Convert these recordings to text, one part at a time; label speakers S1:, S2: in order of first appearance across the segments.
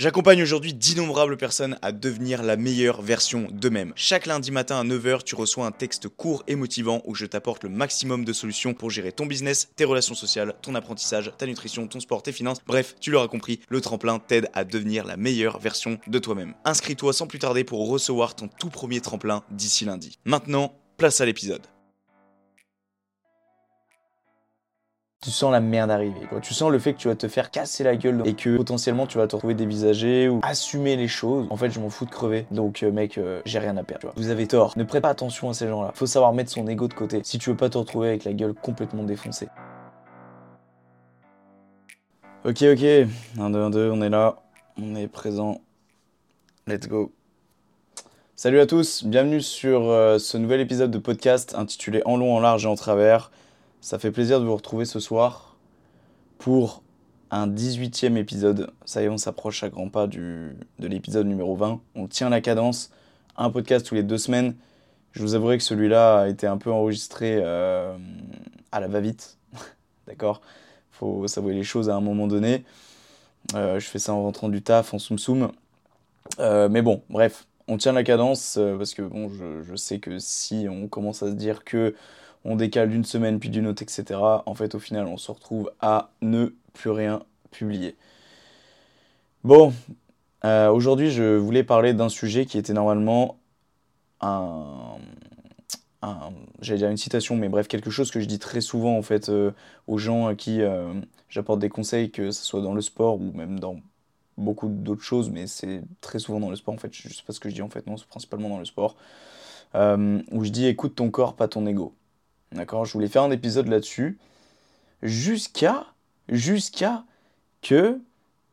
S1: J'accompagne aujourd'hui d'innombrables personnes à devenir la meilleure version d'eux-mêmes. Chaque lundi matin à 9h, tu reçois un texte court et motivant où je t'apporte le maximum de solutions pour gérer ton business, tes relations sociales, ton apprentissage, ta nutrition, ton sport, tes finances. Bref, tu l'auras compris, le tremplin t'aide à devenir la meilleure version de toi-même. Inscris-toi sans plus tarder pour recevoir ton tout premier tremplin d'ici lundi. Maintenant, place à l'épisode. Tu sens la merde arriver, quoi. Tu sens le fait que tu vas te faire casser la gueule et que potentiellement tu vas te retrouver dévisagé ou assumer les choses. En fait, je m'en fous de crever. Donc, mec, j'ai rien à perdre, tu vois. Vous avez tort. Ne prête pas attention à ces gens-là. Faut savoir mettre son ego de côté si tu veux pas te retrouver avec la gueule complètement défoncée. Ok, 1, 2, 1, 2, on est là. On est présent. Let's go. Salut à tous, bienvenue sur ce nouvel épisode de podcast intitulé En long, en large et en travers. Ça fait plaisir de vous retrouver ce soir pour un 18e épisode. Ça y est, on s'approche à grands pas de l'épisode numéro 20. On tient la cadence, un podcast tous les 2 semaines. Je vous avouerai que celui-là a été un peu enregistré à la va-vite. D'accord ? Faut s'avouer les choses à un moment donné. Je fais ça en rentrant du taf, en soum-soum. Mais bon, bref, on tient la cadence parce que bon, je sais que si on commence à se dire que on décale d'une semaine puis d'une autre, etc., en fait, au final, on se retrouve à ne plus rien publier. Bon, aujourd'hui, je voulais parler d'un sujet qui était normalement un, j'allais dire une citation, mais bref, quelque chose que je dis très souvent, en fait, aux gens à qui j'apporte des conseils, que ce soit dans le sport ou même dans beaucoup d'autres choses, mais c'est très souvent dans le sport, en fait, je sais pas ce que je dis, en fait, non, c'est principalement dans le sport, où je dis écoute ton corps, pas ton ego. D'accord, je voulais faire un épisode là-dessus jusqu'à que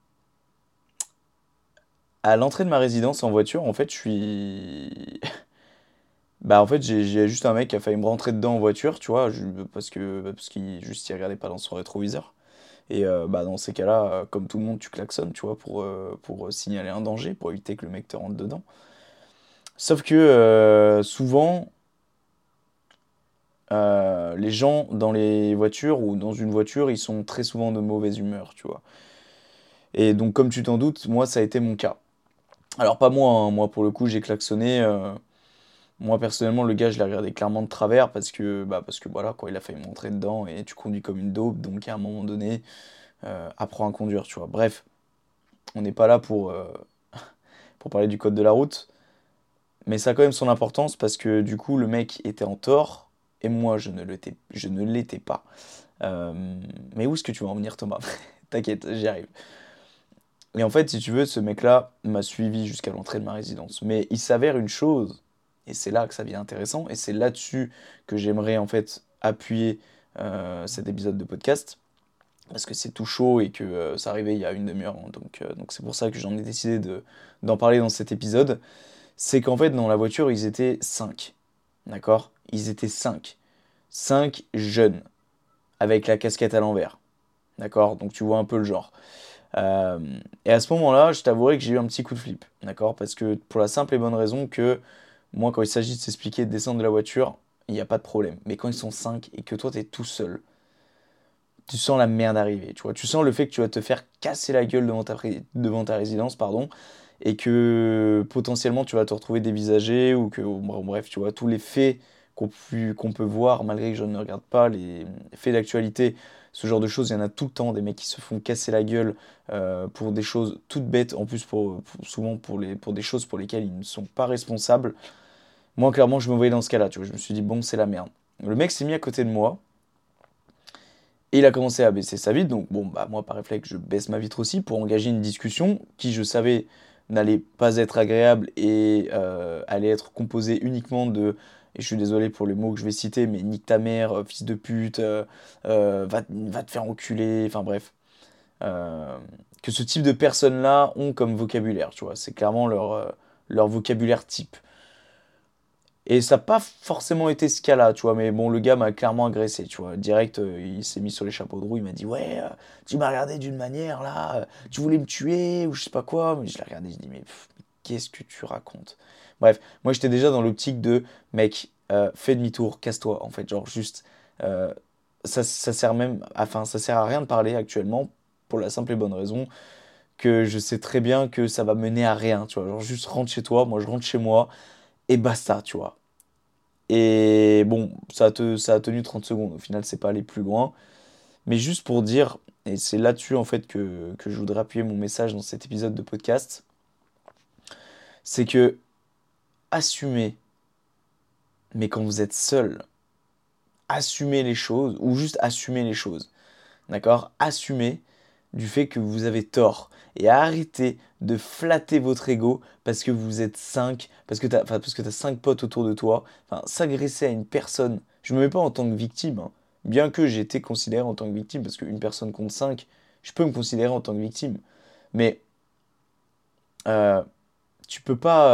S1: à l'entrée de ma résidence en voiture, en fait, je suis bah en fait, j'ai juste un mec qui a failli me rentrer dedans en voiture, tu vois, parce qu'il juste il regardait pas dans son rétroviseur. Et bah dans ces cas-là, comme tout le monde, tu klaxonnes, tu vois, pour signaler un danger, pour éviter que le mec te rentre dedans. Sauf que souvent les gens dans les voitures ou dans une voiture, ils sont très souvent de mauvaise humeur, tu vois. Et donc, comme tu t'en doutes, moi, ça a été mon cas. Alors, pas moi, hein. Moi, pour le coup, j'ai klaxonné. Moi, personnellement, le gars, je l'ai regardé clairement de travers parce que voilà, quoi, il a failli me rentrer dedans et tu conduis comme une dope. Donc, à un moment donné, apprends à conduire, tu vois. Bref, on n'est pas là pour parler du code de la route. Mais ça a quand même son importance parce que du coup, le mec était en tort et moi, je ne l'étais pas. Euh, mais où est-ce que tu vas en venir, Thomas? T'inquiète, j'y arrive. Et en fait, si tu veux, ce mec-là m'a suivi jusqu'à l'entrée de ma résidence. Mais il s'avère une chose, et c'est là que ça devient intéressant, et c'est là-dessus que j'aimerais en fait appuyer cet épisode de podcast, parce que c'est tout chaud et que ça arrivait il y a une demi-heure, hein. Donc c'est pour ça que j'en ai décidé d'en parler dans cet épisode. C'est qu'en fait, dans la voiture, ils étaient 5. D'accord? Ils étaient 5. 5 jeunes, avec la casquette à l'envers. D'accord? Donc tu vois un peu le genre. Euh, et à ce moment-là, je t'avouerai que j'ai eu un petit coup de flip, d'accord? Parce que pour la simple et bonne raison que moi, quand il s'agit de s'expliquer, de descendre de la voiture, il n'y a pas de problème. Mais quand ils sont 5 et que toi, tu es tout seul, tu sens la merde arriver, tu vois. Tu sens le fait que tu vas te faire casser la gueule devant ta résidence, pardon, et que potentiellement tu vas te retrouver dévisagé ou que, bon, bref, tu vois, tous les faits qu'on peut voir, malgré que je ne regarde pas les faits d'actualité, ce genre de choses, il y en a tout le temps, des mecs qui se font casser la gueule pour des choses toutes bêtes, en plus souvent pour des choses pour lesquelles ils ne sont pas responsables. Moi, clairement, je me voyais dans ce cas-là, tu vois, je me suis dit, bon, c'est la merde. Le mec s'est mis à côté de moi, et il a commencé à baisser sa vitre, donc bon, bah moi par réflexe, je baisse ma vitre aussi pour engager une discussion qui, je savais, n'allait pas être agréable et allait être composée uniquement et je suis désolé pour les mots que je vais citer, mais nique ta mère, fils de pute, va te faire enculer, enfin bref. Euh, que ce type de personnes-là ont comme vocabulaire, tu vois, c'est clairement leur vocabulaire type. Et ça n'a pas forcément été ce cas-là, tu vois, mais bon, le gars m'a clairement agressé, tu vois. Direct, il s'est mis sur les chapeaux de roue, il m'a dit, ouais, tu m'as regardé d'une manière, là, tu voulais me tuer, ou je sais pas quoi. Mais je l'ai regardé, je dis, mais qu'est-ce que tu racontes? Bref, moi j'étais déjà dans l'optique de, mec, fais demi-tour, casse-toi, en fait, genre juste, euh, ça sert même, enfin, ça sert à rien de parler actuellement, pour la simple et bonne raison que je sais très bien que ça va mener à rien, tu vois. Genre juste rentre chez toi, moi je rentre chez moi, et basta, tu vois. Et bon, ça a tenu 30 secondes, au final c'est pas allé plus loin. Mais juste pour dire, et c'est là-dessus en fait que je voudrais appuyer mon message dans cet épisode de podcast, c'est que assumez, mais quand vous êtes seul, assumez les choses, ou juste assumez les choses. D'accord? Assumez du fait que vous avez tort. Et arrêtez de flatter votre ego parce que vous êtes 5, parce que t'as 5 potes autour de toi. Enfin, s'agresser à une personne, je me mets pas en tant que victime, hein. Bien que j'ai été considéré en tant que victime, parce qu'une personne compte 5, je peux me considérer en tant que victime. Mais euh, tu peux pas,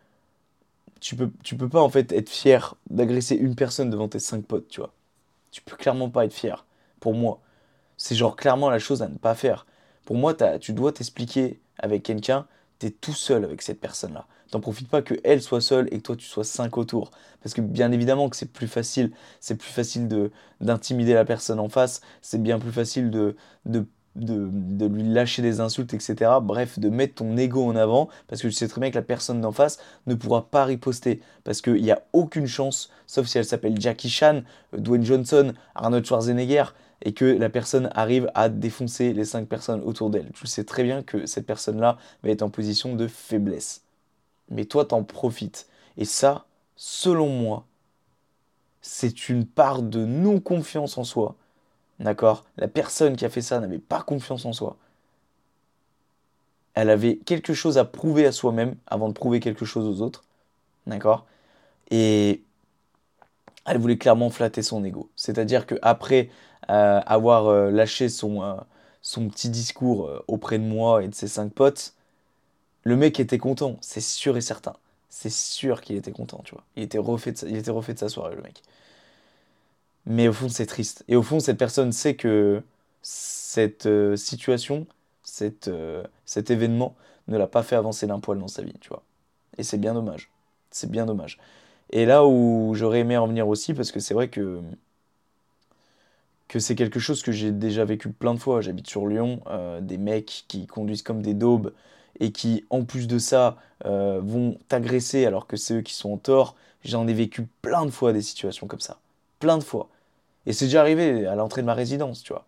S1: tu peux pas en fait être fier d'agresser une personne devant tes 5 potes, tu vois. Tu peux clairement pas être fier, pour moi. C'est genre clairement la chose à ne pas faire. Pour moi, tu dois t'expliquer avec quelqu'un, t'es tout seul avec cette personne-là. T'en profites pas que elle soit seule et que toi tu sois 5 autour. Parce que bien évidemment que c'est plus facile d'intimider la personne en face, c'est bien plus facile de, de lui lâcher des insultes, etc. Bref, de mettre ton ego en avant, parce que tu sais très bien que la personne d'en face ne pourra pas riposter. Parce qu'il n'y a aucune chance, sauf si elle s'appelle Jackie Chan, Dwayne Johnson, Arnold Schwarzenegger, et que la personne arrive à défoncer les 5 personnes autour d'elle. Tu sais très bien que cette personne-là va être en position de faiblesse. Mais toi, t'en profites. Et ça, selon moi, c'est une part de non-confiance en soi. D'accord? La personne qui a fait ça n'avait pas confiance en soi. Elle avait quelque chose à prouver à soi-même avant de prouver quelque chose aux autres. D'accord? Et elle voulait clairement flatter son ego. C'est-à-dire qu'après avoir lâché son petit discours auprès de moi et de ses 5 potes, le mec était content, c'est sûr et certain. C'est sûr qu'il était content, tu vois. Il était refait de sa soirée, le mec. Mais au fond, c'est triste. Et au fond, cette personne sait que cette situation, cet événement ne l'a pas fait avancer d'un poil dans sa vie, tu vois. Et c'est bien dommage. C'est bien dommage. Et là où j'aurais aimé en venir aussi, parce que c'est vrai que c'est quelque chose que j'ai déjà vécu plein de fois. J'habite sur Lyon, des mecs qui conduisent comme des daubes et qui, en plus de ça, vont t'agresser alors que c'est eux qui sont en tort. J'en ai vécu plein de fois des situations comme ça. Plein de fois. Et c'est déjà arrivé à l'entrée de ma résidence, tu vois.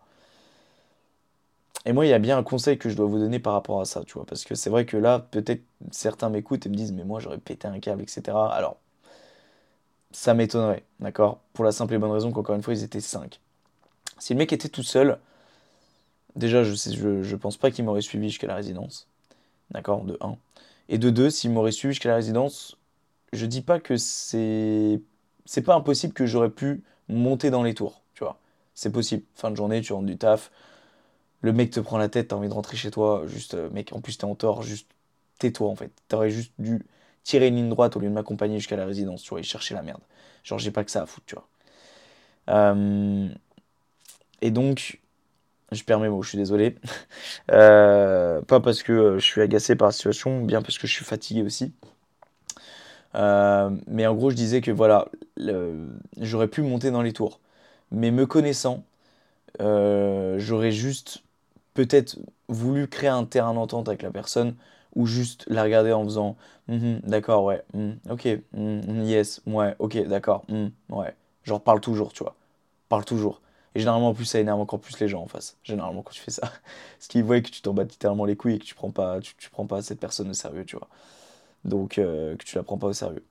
S1: Et moi, il y a bien un conseil que je dois vous donner par rapport à ça, tu vois. Parce que c'est vrai que là, peut-être certains m'écoutent et me disent, mais moi, j'aurais pété un câble, etc. Alors, ça m'étonnerait, d'accord? Pour la simple et bonne raison qu'encore une fois, ils étaient 5. Si le mec était tout seul, déjà, je pense pas qu'il m'aurait suivi jusqu'à la résidence. D'accord? De un. Et de 2, s'il m'aurait suivi jusqu'à la résidence, je dis pas que c'est pas impossible que j'aurais pu monter dans les tours, tu vois. C'est possible. Fin de journée, tu rentres du taf, le mec te prend la tête, t'as envie de rentrer chez toi, juste, mec, en plus t'es en tort, juste tais-toi en fait. T'aurais juste dû tirer une ligne droite au lieu de m'accompagner jusqu'à la résidence, tu vois, et chercher la merde. Genre, j'ai pas que ça à foutre, tu vois. Euh, et donc, je perds mes mots, je suis désolé. Pas parce que je suis agacé par la situation, bien parce que je suis fatigué aussi. Mais en gros, je disais que voilà, j'aurais pu monter dans les tours. Mais me connaissant, j'aurais juste peut-être voulu créer un terrain d'entente avec la personne ou juste la regarder en faisant mhm, d'accord, ouais, ok, yes, ouais, ok, d'accord, ouais. Genre, parle toujours, tu vois. Parle toujours. Et généralement, en plus, ça énerve encore plus les gens en face. Généralement, quand tu fais ça. Parce qu'ils voient que tu t'en bats littéralement les couilles et que tu prends pas cette personne au sérieux, tu vois. Donc, que tu la prends pas au sérieux.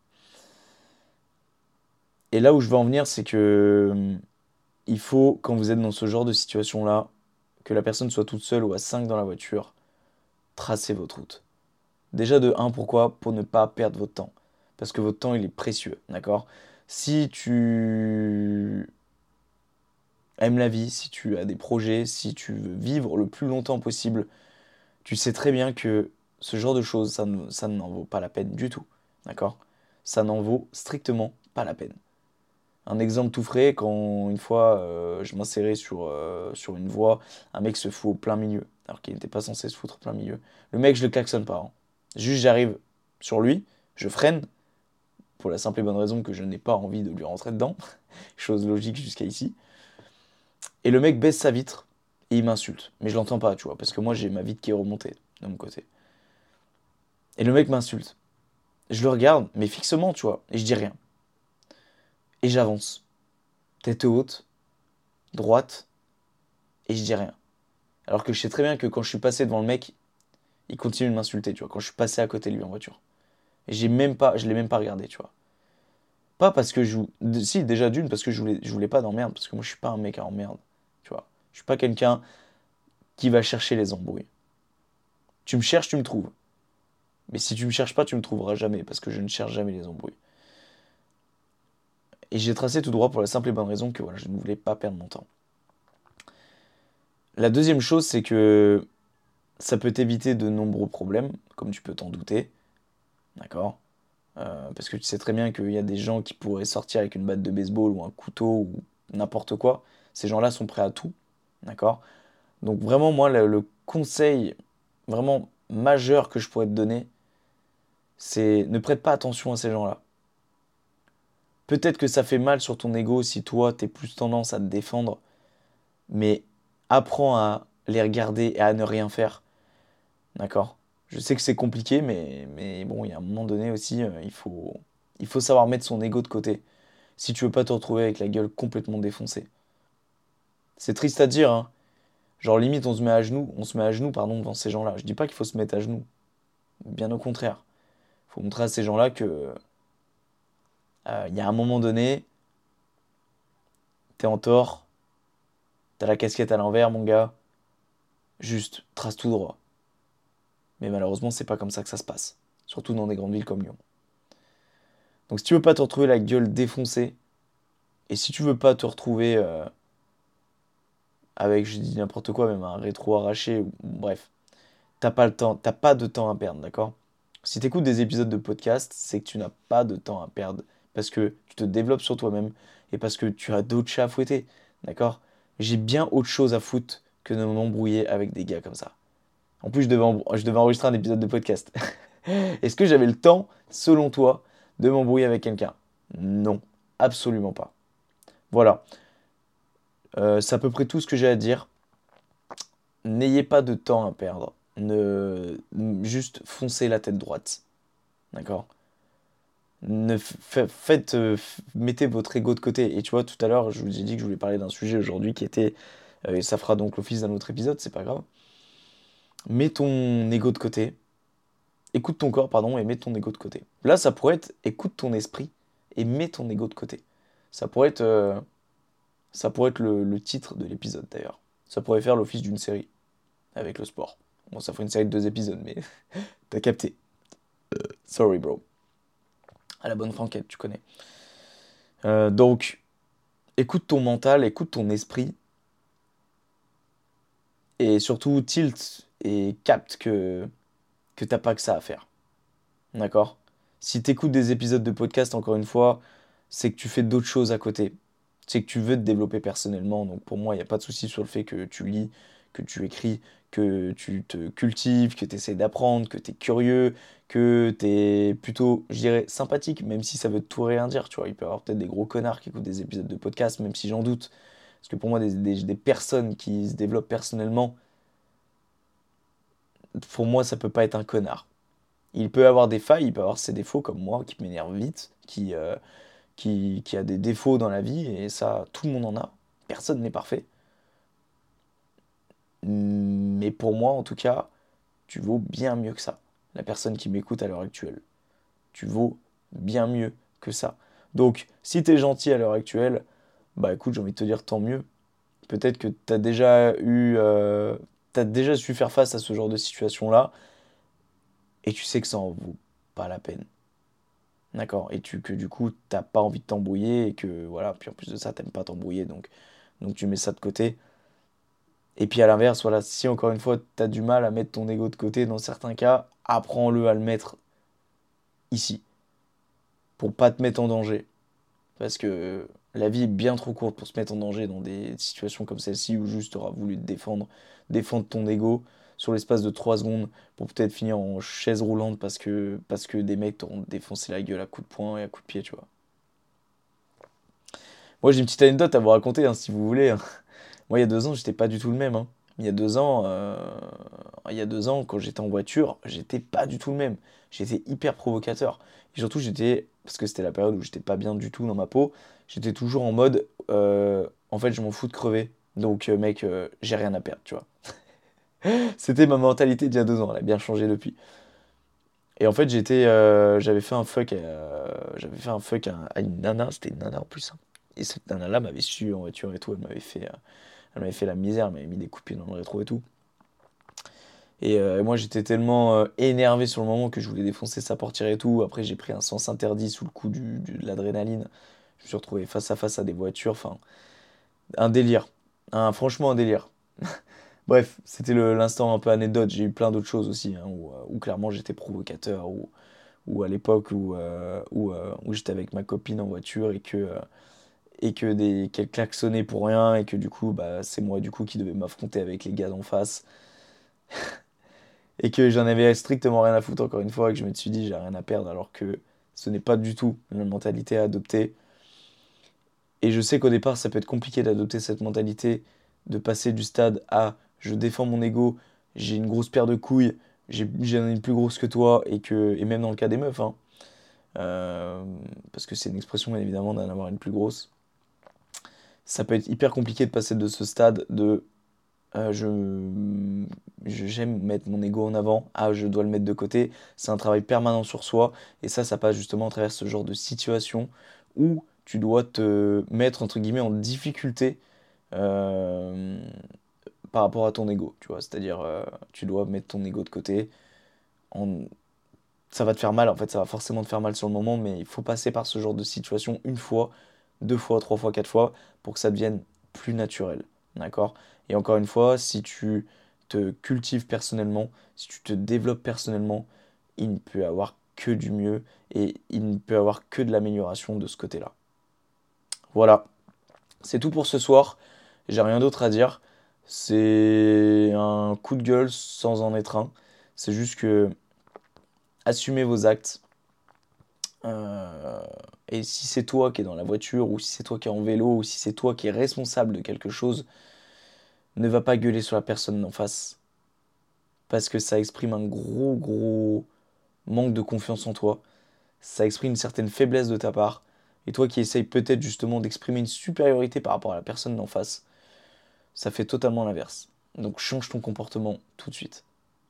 S1: Et là où je veux en venir, c'est que il faut, quand vous êtes dans ce genre de situation-là, que la personne soit toute seule ou à 5 dans la voiture, tracez votre route. Déjà de un, pourquoi? Pour ne pas perdre votre temps. Parce que votre temps, il est précieux, d'accord? Si tu aimes la vie, si tu as des projets, si tu veux vivre le plus longtemps possible, tu sais très bien que ce genre de choses, ça n'en vaut pas la peine du tout, d'accord? Ça n'en vaut strictement pas la peine. Un exemple tout frais, quand une fois je m'insérais sur une voie, un mec se fout au plein milieu, alors qu'il n'était pas censé se foutre au plein milieu. Le mec, je le klaxonne pas, hein. Juste, j'arrive sur lui, je freine, pour la simple et bonne raison que je n'ai pas envie de lui rentrer dedans, chose logique jusqu'à ici. Et le mec baisse sa vitre et il m'insulte. Mais je l'entends pas, tu vois, parce que moi j'ai ma vitre qui est remontée. de mon côté. Et le mec m'insulte. Je le regarde, mais fixement, tu vois, et je dis rien. Et j'avance. Tête haute, droite, et je dis rien. Alors que je sais très bien que quand je suis passé devant le mec, il continue de m'insulter, tu vois, quand je suis passé à côté de lui en voiture. Et je l'ai même pas regardé, tu vois. Pas parce que si, déjà d'une, parce que je voulais pas d'emmerde, parce que moi je suis pas un mec à emmerde, tu vois. Je suis pas quelqu'un qui va chercher les embrouilles. Tu me cherches, tu me trouves. Mais si tu me cherches pas, tu me trouveras jamais, parce que je ne cherche jamais les embrouilles. Et j'ai tracé tout droit pour la simple et bonne raison que voilà, je ne voulais pas perdre mon temps. La deuxième chose, c'est que ça peut t'éviter de nombreux problèmes, comme tu peux t'en douter, d'accord? Parce que tu sais très bien qu'il y a des gens qui pourraient sortir avec une batte de baseball ou un couteau ou n'importe quoi. Ces gens-là sont prêts à tout, d'accord? Donc vraiment, moi, le conseil vraiment majeur que je pourrais te donner, c'est ne prête pas attention à ces gens-là. Peut-être que ça fait mal sur ton ego si toi, t'es plus tendance à te défendre, mais apprends à les regarder et à ne rien faire. D'accord? Je sais que c'est compliqué, mais bon, il y a un moment donné aussi, il faut savoir mettre son ego de côté. Si tu veux pas te retrouver avec la gueule complètement défoncée. C'est triste à dire, hein. Genre limite on se met à genoux, pardon, devant ces gens-là. Je dis pas qu'il faut se mettre à genoux. Bien au contraire. Il faut montrer à ces gens-là que il y a un moment donné, t'es en tort, t'as la casquette à l'envers, mon gars. Juste, trace tout droit. Mais malheureusement, c'est pas comme ça que ça se passe. Surtout dans des grandes villes comme Lyon. Donc si tu veux pas te retrouver la gueule défoncée, et si tu veux pas te retrouver avec, je dis n'importe quoi, même un rétro arraché, ou bref, t'as pas le temps, t'as pas de temps à perdre, d'accord? Si t'écoutes des épisodes de podcast, c'est que tu n'as pas de temps à perdre, parce que tu te développes sur toi-même, et parce que tu as d'autres chats à fouetter, d'accord? J'ai bien autre chose à foutre que de m'embrouiller avec des gars comme ça. En plus, je devais enregistrer un épisode de podcast. Est-ce que j'avais le temps, selon toi, de m'embrouiller avec quelqu'un? Non, absolument pas. Voilà. C'est à peu près tout ce que j'ai à dire. N'ayez pas de temps à perdre. Juste foncez la tête droite. D'accord? Mettez votre ego de côté. Et tu vois, tout à l'heure, je vous ai dit que je voulais parler d'un sujet aujourd'hui qui était, et ça fera donc l'office d'un autre épisode, c'est pas grave. Mets ton ego de côté. Écoute ton corps, pardon, et mets ton ego de côté. Là, ça pourrait être écoute ton esprit et mets ton ego de côté. Ça pourrait être, euh, Ça pourrait être le titre de l'épisode d'ailleurs. Ça pourrait faire l'office d'une série avec le sport. Bon, ça ferait une série de 2 épisodes, mais t'as capté. Sorry, bro. À la bonne franquette, tu connais. Donc, écoute ton mental, écoute ton esprit, et surtout tilt et capte que t'as pas que ça à faire. D'accord? Si t'écoutes des épisodes de podcast, encore une fois, c'est que tu fais d'autres choses à côté. C'est que tu veux te développer personnellement. Donc pour moi, il n'y a pas de souci sur le fait que tu lis, que tu écris, que tu te cultives, que tu essaies d'apprendre, que tu es curieux, que tu es plutôt, je dirais, sympathique, même si ça veut tout rien dire. Tu vois, il peut y avoir peut-être des gros connards qui écoutent des épisodes de podcast, même si j'en doute. Parce que pour moi, des personnes qui se développent personnellement, pour moi, ça peut pas être un connard. Il peut avoir des failles, il peut avoir ses défauts comme moi, qui m'énerve vite, qui a des défauts dans la vie, et ça, tout le monde en a. Personne n'est parfait. Mais pour moi, en tout cas, tu vaux bien mieux que ça. La personne qui m'écoute à l'heure actuelle. Tu vaux bien mieux que ça. Donc, si t'es gentil à l'heure actuelle, bah écoute, j'ai envie de te dire tant mieux. Peut-être que t'as déjà su faire face à ce genre de situation-là, et tu sais que ça en vaut pas la peine. D'accord? Que du coup, t'as pas envie de t'embrouiller, et que voilà, puis en plus de ça, t'aimes pas t'embrouiller, donc tu mets ça de côté. Et puis à l'inverse, voilà, si encore une fois, tu as du mal à mettre ton ego de côté dans certains cas, apprends-le à le mettre ici, pour pas te mettre en danger. Parce que la vie est bien trop courte pour se mettre en danger dans des situations comme celle-ci où juste tu auras voulu te défendre ton ego sur l'espace de 3 secondes pour peut-être finir en chaise roulante parce que des mecs t'auront défoncé la gueule à coups de poing et à coups de pied, tu vois. Moi j'ai une petite anecdote à vous raconter, hein, si vous voulez, hein. Moi il y a 2 ans, j'étais pas du tout le même, hein. Il y a 2 ans, quand j'étais en voiture, j'étais pas du tout le même. J'étais hyper provocateur. Et surtout, parce que c'était la période où j'étais pas bien du tout dans ma peau, j'étais toujours en mode, en fait, je m'en fous de crever. Donc, mec, j'ai rien à perdre, tu vois. C'était ma mentalité d'il y a 2 ans, elle a bien changé depuis. Et en fait, j'avais fait un fuck à une nana, c'était une nana en plus, hein. Et cette nana-là m'avait su en voiture et tout, elle m'avait fait la misère, elle m'avait mis des coups de pied dans le rétro et tout. Et moi, j'étais tellement énervé sur le moment que je voulais défoncer sa portière et tout. Après, j'ai pris un sens interdit sous le coup de l'adrénaline. Je me suis retrouvé face à face à des voitures, enfin, un délire. Franchement, un délire. Bref, c'était l'instant un peu anecdote. J'ai eu plein d'autres choses aussi, hein, où clairement j'étais provocateur, ou à l'époque où j'étais avec ma copine en voiture qu'elle klaxonnait pour rien et que du coup bah c'est moi du coup qui devais m'affronter avec les gars d'en face et que j'en avais strictement rien à foutre encore une fois et que je me suis dit j'ai rien à perdre alors que ce n'est pas du tout la mentalité à adopter. Et je sais qu'au départ ça peut être compliqué d'adopter cette mentalité, de passer du stade à je défends mon ego, j'ai une grosse paire de couilles, j'en ai une plus grosse que toi et même dans le cas des meufs, hein. Euh, Parce que c'est une expression bien évidemment d'en avoir une plus grosse. Ça peut être hyper compliqué de passer de ce stade de euh, je, j'aime mettre mon ego en avant, je dois le mettre de côté. C'est un travail permanent sur soi et ça passe justement à travers ce genre de situation où tu dois te mettre entre guillemets en difficulté euh, par rapport à ton ego, tu vois. C'est-à-dire, tu dois mettre ton ego de côté. En- Ça va te faire mal, en fait, ça va forcément te faire mal sur le moment, mais il faut passer par ce genre de situation une fois, 2 fois, 3 fois, 4 fois, pour que ça devienne plus naturel. D'accord? Et encore une fois, si tu te cultives personnellement, si tu te développes personnellement, il ne peut y avoir que du mieux et il ne peut y avoir que de l'amélioration de ce côté-là. Voilà, c'est tout pour ce soir. J'ai rien d'autre à dire. C'est un coup de gueule sans en être un. C'est juste que assumez vos actes. Euh, et si c'est toi qui es dans la voiture, ou si c'est toi qui es en vélo, ou si c'est toi qui es responsable de quelque chose, ne va pas gueuler sur la personne d'en face. Parce que ça exprime un gros, gros manque de confiance en toi. Ça exprime une certaine faiblesse de ta part. Et toi qui essayes peut-être justement d'exprimer une supériorité par rapport à la personne d'en face, ça fait totalement l'inverse. Donc change ton comportement tout de suite.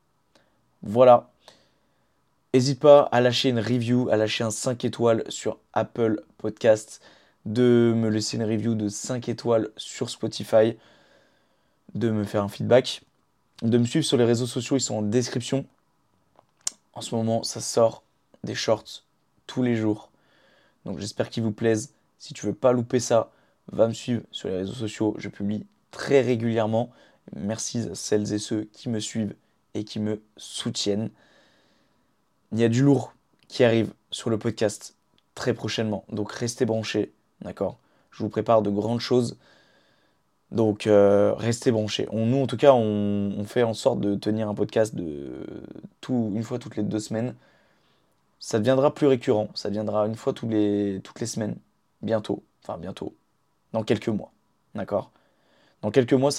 S1: Voilà. N'hésite pas à lâcher une review, à lâcher un 5 étoiles sur Apple Podcast, de me laisser une review de 5 étoiles sur Spotify, de me faire un feedback, de me suivre sur les réseaux sociaux, ils sont en description. En ce moment, ça sort des shorts tous les jours. Donc j'espère qu'ils vous plaisent. Si tu veux pas louper ça, va me suivre sur les réseaux sociaux. Je publie très régulièrement. Merci à celles et ceux qui me suivent et qui me soutiennent. Il y a du lourd qui arrive sur le podcast très prochainement. Donc restez branchés, d'accord? Je vous prépare de grandes choses. Donc restez branchés. Nous, en tout cas, on fait en sorte de tenir un podcast une fois toutes les 2 semaines. Ça deviendra plus récurrent. Ça deviendra une fois toutes les semaines. Bientôt. Enfin, bientôt. Dans quelques mois. D'accord? Dans quelques mois,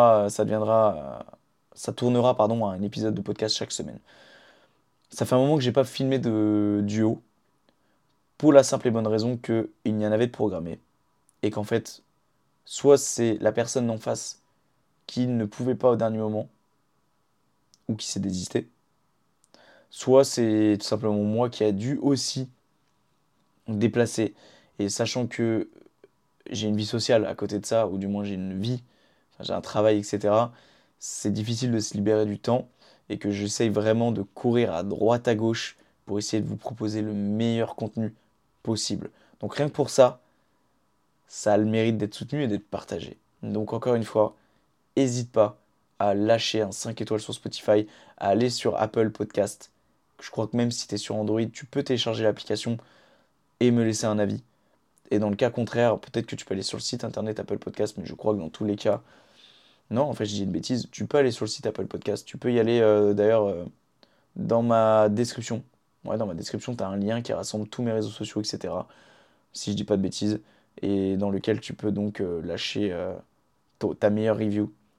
S1: ça tournera, pardon, à un épisode de podcast chaque semaine. Ça fait un moment que j'ai pas filmé de duo. Pour la simple et bonne raison qu'il y en avait de programmé. Et qu'en fait, soit c'est la personne d'en face qui ne pouvait pas au dernier moment, ou qui s'est désisté, soit c'est tout simplement moi qui a dû aussi déplacer. Et sachant que j'ai une vie sociale à côté de ça, ou du moins j'ai une vie, enfin, j'ai un travail, etc., c'est difficile de se libérer du temps et que j'essaye vraiment de courir à droite, à gauche pour essayer de vous proposer le meilleur contenu possible. Donc rien que pour ça, ça a le mérite d'être soutenu et d'être partagé. Donc encore une fois, n'hésite pas à lâcher un 5 étoiles sur Spotify, à aller sur Apple Podcast. Je crois que même si tu es sur Android, tu peux télécharger l'application et me laisser un avis. Et dans le cas contraire, peut-être que tu peux aller sur le site internet Apple Podcast, mais je crois que dans tous les cas, non, en fait, je dis une bêtise, tu peux aller sur le site Apple Podcast. Tu peux y aller d'ailleurs dans ma description. Ouais, dans ma description, tu as un lien qui rassemble tous mes réseaux sociaux, etc. Si je dis pas de bêtises. Et dans lequel tu peux donc lâcher ta meilleure review.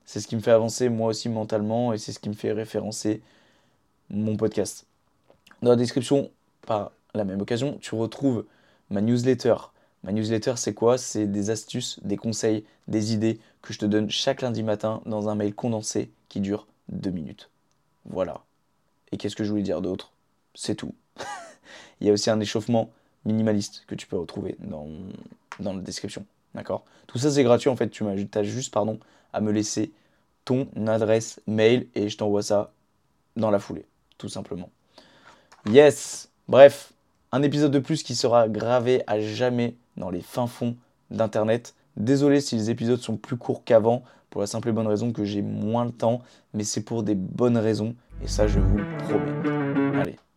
S1: C'est ce qui me fait avancer moi aussi mentalement et c'est ce qui me fait référencer mon podcast. Dans la description, par la même occasion, tu retrouves ma newsletter. Ma newsletter, c'est quoi? C'est des astuces, des conseils, des idées que je te donne chaque lundi matin dans un mail condensé qui dure 2 minutes. Voilà. Et qu'est-ce que je voulais dire d'autre? C'est tout. Il y a aussi un échauffement minimaliste que tu peux retrouver dans la description. D'accord? Tout ça, c'est gratuit. En fait, tu as juste à me laisser ton adresse mail et je t'envoie ça dans la foulée, tout simplement. Yes! Bref, un épisode de plus qui sera gravé à jamais dans les fins fonds d'Internet. Désolé si les épisodes sont plus courts qu'avant, pour la simple et bonne raison que j'ai moins de temps, mais c'est pour des bonnes raisons, et ça je vous le promets. Allez.